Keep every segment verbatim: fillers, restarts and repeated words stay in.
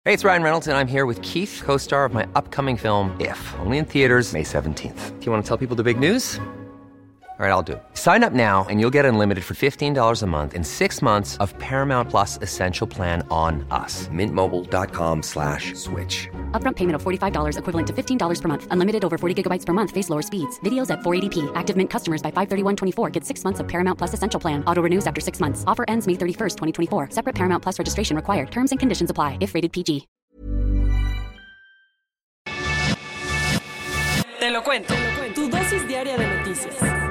Hey, it's Ryan Reynolds, and I'm here with Keith, co-star of my upcoming film, If, only in theaters May seventeenth. Do you want to tell people the big news? All right, I'll do it. Sign up now and you'll get unlimited for fifteen dollars a month and six months of Paramount Plus Essential Plan on us. Mint Mobile dot com slash switch. Upfront payment of forty-five dollars equivalent to fifteen dollars per month. Unlimited over forty gigabytes per month. Face lower speeds. Videos at four eighty p. Active Mint customers by five thirty-one twenty-four get six months of Paramount Plus Essential Plan. Auto renews after six months. Offer ends May thirty-first, twenty twenty-four. Separate Paramount Plus registration required. Terms and conditions apply if rated P G. Te lo cuento. Tu dosis diaria de noticias.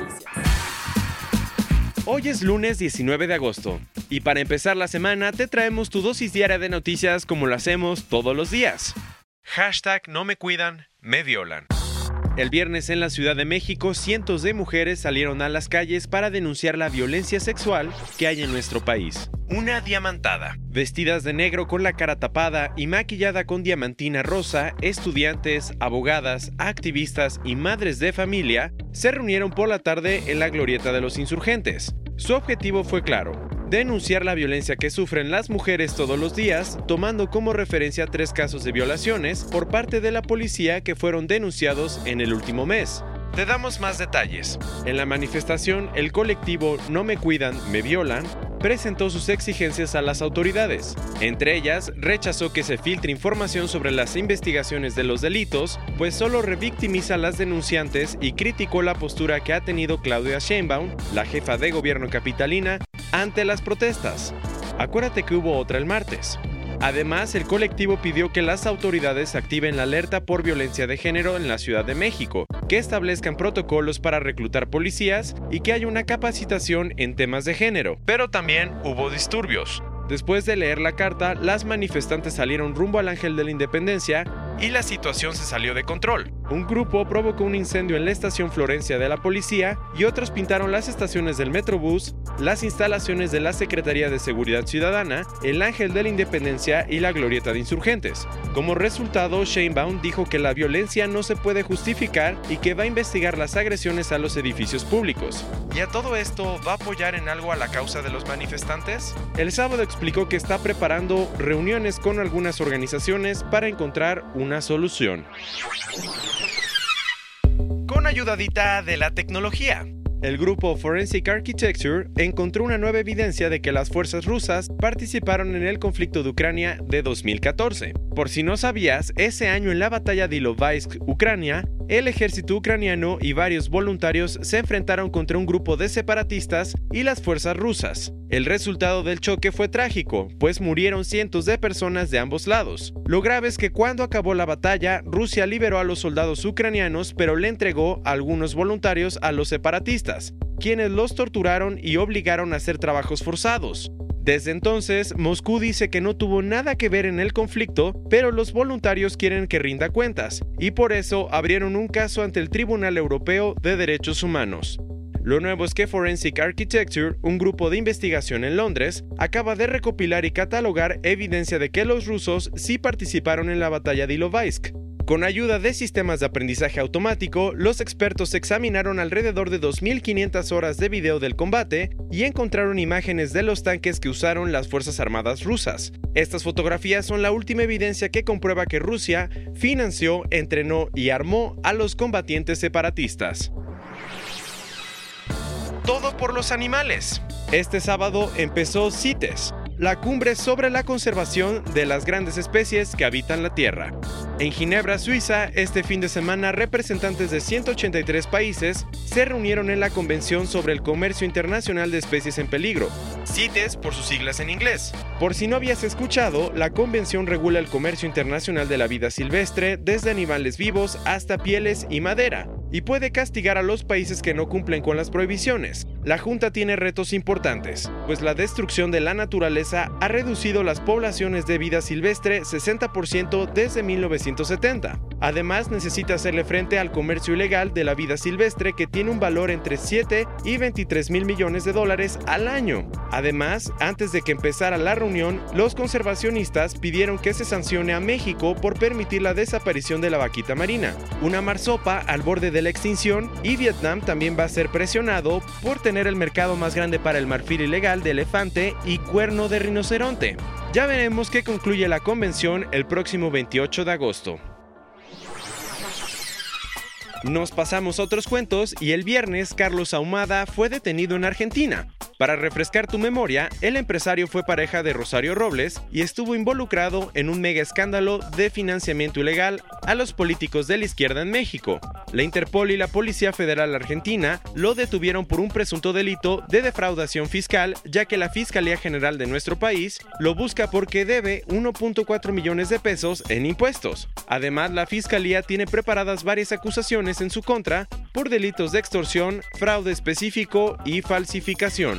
Hoy es lunes diecinueve de agosto y para empezar la semana te traemos tu dosis diaria de noticias como lo hacemos todos los días. Hashtag no me cuidan, me violan. El viernes en la Ciudad de México, cientos de mujeres salieron a las calles para denunciar la violencia sexual que hay en nuestro país. Una diamantada. Vestidas de negro con la cara tapada y maquillada con diamantina rosa, estudiantes, abogadas, activistas y madres de familia se reunieron por la tarde en la Glorieta de los Insurgentes. Su objetivo fue claro: denunciar la violencia que sufren las mujeres todos los días, tomando como referencia tres casos de violaciones por parte de la policía que fueron denunciados en el último mes. Te damos más detalles. En la manifestación, el colectivo No Me Cuidan, Me Violan presentó sus exigencias a las autoridades. Entre ellas, rechazó que se filtre información sobre las investigaciones de los delitos, pues solo revictimiza a las denunciantes, y criticó la postura que ha tenido Claudia Sheinbaum, la jefa de gobierno capitalina, ante las protestas. Acuérdate que hubo otra el martes. Además, el colectivo pidió que las autoridades activen la alerta por violencia de género en la Ciudad de México, que establezcan protocolos para reclutar policías y que haya una capacitación en temas de género. Pero también hubo disturbios. Después de leer la carta, las manifestantes salieron rumbo al Ángel de la Independencia y la situación se salió de control. Un grupo provocó un incendio en la estación Florencia de la policía y otros pintaron las estaciones del Metrobús, las instalaciones de la Secretaría de Seguridad Ciudadana, el Ángel de la Independencia y la Glorieta de Insurgentes. Como resultado, Sheinbaum dijo que la violencia no se puede justificar y que va a investigar las agresiones a los edificios públicos. ¿Y a todo esto va a apoyar en algo a la causa de los manifestantes? El sábado explicó que está preparando reuniones con algunas organizaciones para encontrar una solución. Con ayudadita de la tecnología. El grupo Forensic Architecture encontró una nueva evidencia de que las fuerzas rusas participaron en el conflicto de Ucrania de dos mil catorce. Por si no sabías, ese año en la batalla de Ilovaisk, Ucrania, el ejército ucraniano y varios voluntarios se enfrentaron contra un grupo de separatistas y las fuerzas rusas. El resultado del choque fue trágico, pues murieron cientos de personas de ambos lados. Lo grave es que cuando acabó la batalla, Rusia liberó a los soldados ucranianos, pero le entregó a algunos voluntarios a los separatistas, quienes los torturaron y obligaron a hacer trabajos forzados. Desde entonces, Moscú dice que no tuvo nada que ver en el conflicto, pero los voluntarios quieren que rinda cuentas, y por eso abrieron un caso ante el Tribunal Europeo de Derechos Humanos. Lo nuevo es que Forensic Architecture, un grupo de investigación en Londres, acaba de recopilar y catalogar evidencia de que los rusos sí participaron en la batalla de Ilovaisk. Con ayuda de sistemas de aprendizaje automático, los expertos examinaron alrededor de dos mil quinientas horas de video del combate y encontraron imágenes de los tanques que usaron las Fuerzas Armadas rusas. Estas fotografías son la última evidencia que comprueba que Rusia financió, entrenó y armó a los combatientes separatistas. Todo por los animales. Este sábado empezó CITES, la cumbre sobre la conservación de las grandes especies que habitan la Tierra. En Ginebra, Suiza, este fin de semana, representantes de ciento ochenta y tres países se reunieron en la Convención sobre el Comercio Internacional de Especies en Peligro, CITES por sus siglas en inglés. Por si no habías escuchado, la convención regula el comercio internacional de la vida silvestre, desde animales vivos hasta pieles y madera, y puede castigar a los países que no cumplen con las prohibiciones. La Junta tiene retos importantes, pues la destrucción de la naturaleza ha reducido las poblaciones de vida silvestre sesenta por ciento desde mil novecientos setenta. Además, necesita hacerle frente al comercio ilegal de la vida silvestre, que tiene un valor entre siete y veintitrés mil millones de dólares al año. Además, antes de que empezara la reunión, los conservacionistas pidieron que se sancione a México por permitir la desaparición de la vaquita marina, una marsopa al borde de la extinción, y Vietnam también va a ser presionado por tener el mercado más grande para el marfil ilegal de elefante y cuerno de rinoceronte. Ya veremos qué concluye la convención el próximo veintiocho de agosto. Nos pasamos a otros cuentos y el viernes Carlos Ahumada fue detenido en Argentina. Para refrescar tu memoria, el empresario fue pareja de Rosario Robles y estuvo involucrado en un mega escándalo de financiamiento ilegal a los políticos de la izquierda en México. La Interpol y la Policía Federal Argentina lo detuvieron por un presunto delito de defraudación fiscal, ya que la Fiscalía General de nuestro país lo busca porque debe uno punto cuatro millones de pesos en impuestos. Además, la Fiscalía tiene preparadas varias acusaciones en su contra por delitos de extorsión, fraude específico y falsificación.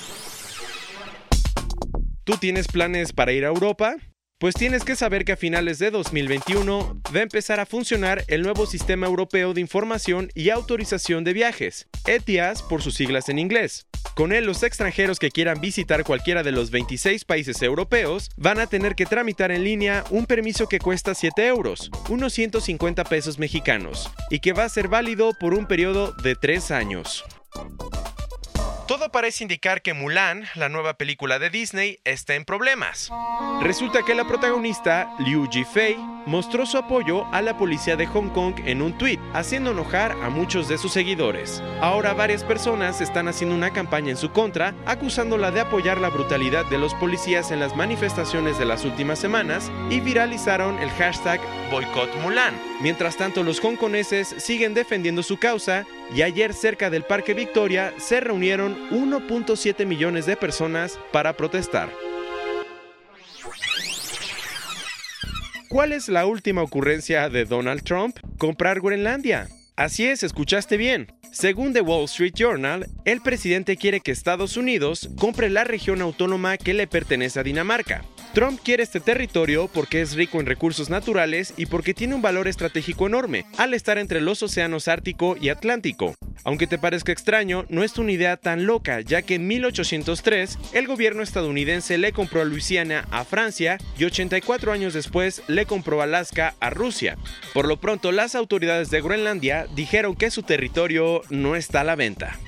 ¿Tú tienes planes para ir a Europa? Pues tienes que saber que a finales de dos mil veintiuno va a empezar a funcionar el nuevo Sistema Europeo de Información y Autorización de Viajes, E T I A S por sus siglas en inglés. Con él, los extranjeros que quieran visitar cualquiera de los veintiséis países europeos van a tener que tramitar en línea un permiso que cuesta siete euros, unos ciento cincuenta pesos mexicanos, y que va a ser válido por un periodo de tres años. Todo parece indicar que Mulan, la nueva película de Disney, está en problemas. Resulta que la protagonista, Liu Yifei, mostró su apoyo a la policía de Hong Kong en un tuit, haciendo enojar a muchos de sus seguidores. Ahora varias personas están haciendo una campaña en su contra, acusándola de apoyar la brutalidad de los policías en las manifestaciones de las últimas semanas y viralizaron el hashtag Boycott Mulan. Mientras tanto, los hongkoneses siguen defendiendo su causa y ayer cerca del Parque Victoria se reunieron uno punto siete millones de personas para protestar. ¿Cuál es la última ocurrencia de Donald Trump? Comprar Groenlandia. Así es, escuchaste bien. Según The Wall Street Journal, el presidente quiere que Estados Unidos compre la región autónoma que le pertenece a Dinamarca. Trump quiere este territorio porque es rico en recursos naturales y porque tiene un valor estratégico enorme, al estar entre los océanos Ártico y Atlántico. Aunque te parezca extraño, no es una idea tan loca, ya que en mil ochocientos tres el gobierno estadounidense le compró a Luisiana a Francia y ochenta y cuatro años después le compró Alaska a Rusia. Por lo pronto, las autoridades de Groenlandia dijeron que su territorio no está a la venta.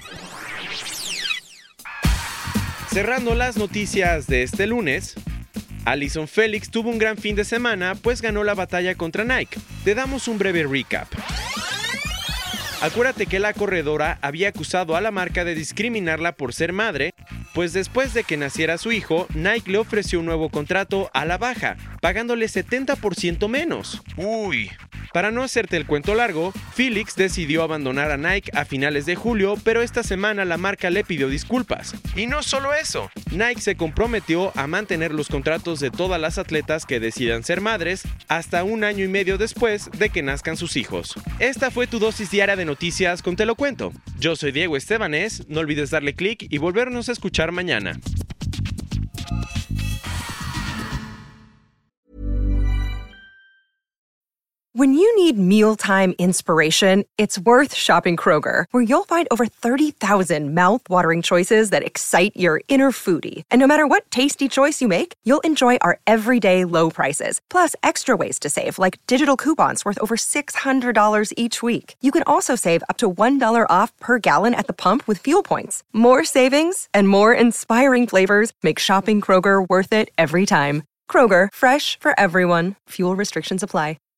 Cerrando las noticias de este lunes, Allyson Felix tuvo un gran fin de semana, pues ganó la batalla contra Nike. Te damos un breve recap. Acuérdate que la corredora había acusado a la marca de discriminarla por ser madre, pues después de que naciera su hijo, Nike le ofreció un nuevo contrato a la baja, pagándole setenta por ciento menos. Uy. Para no hacerte el cuento largo, Felix decidió abandonar a Nike a finales de julio, pero esta semana la marca le pidió disculpas. Y no solo eso, Nike se comprometió a mantener los contratos de todas las atletas que decidan ser madres hasta un año y medio después de que nazcan sus hijos. Esta fue tu dosis diaria de noticias con Te lo cuento. Yo soy Diego Estebanés, no olvides darle click y volvernos a escuchar mañana. When you need mealtime inspiration, it's worth shopping Kroger, where you'll find over thirty thousand mouth-watering choices that excite your inner foodie. And no matter what tasty choice you make, you'll enjoy our everyday low prices, plus extra ways to save, like digital coupons worth over six hundred dollars each week. You can also save up to one dollar off per gallon at the pump with fuel points. More savings and more inspiring flavors make shopping Kroger worth it every time. Kroger, fresh for everyone. Fuel restrictions apply.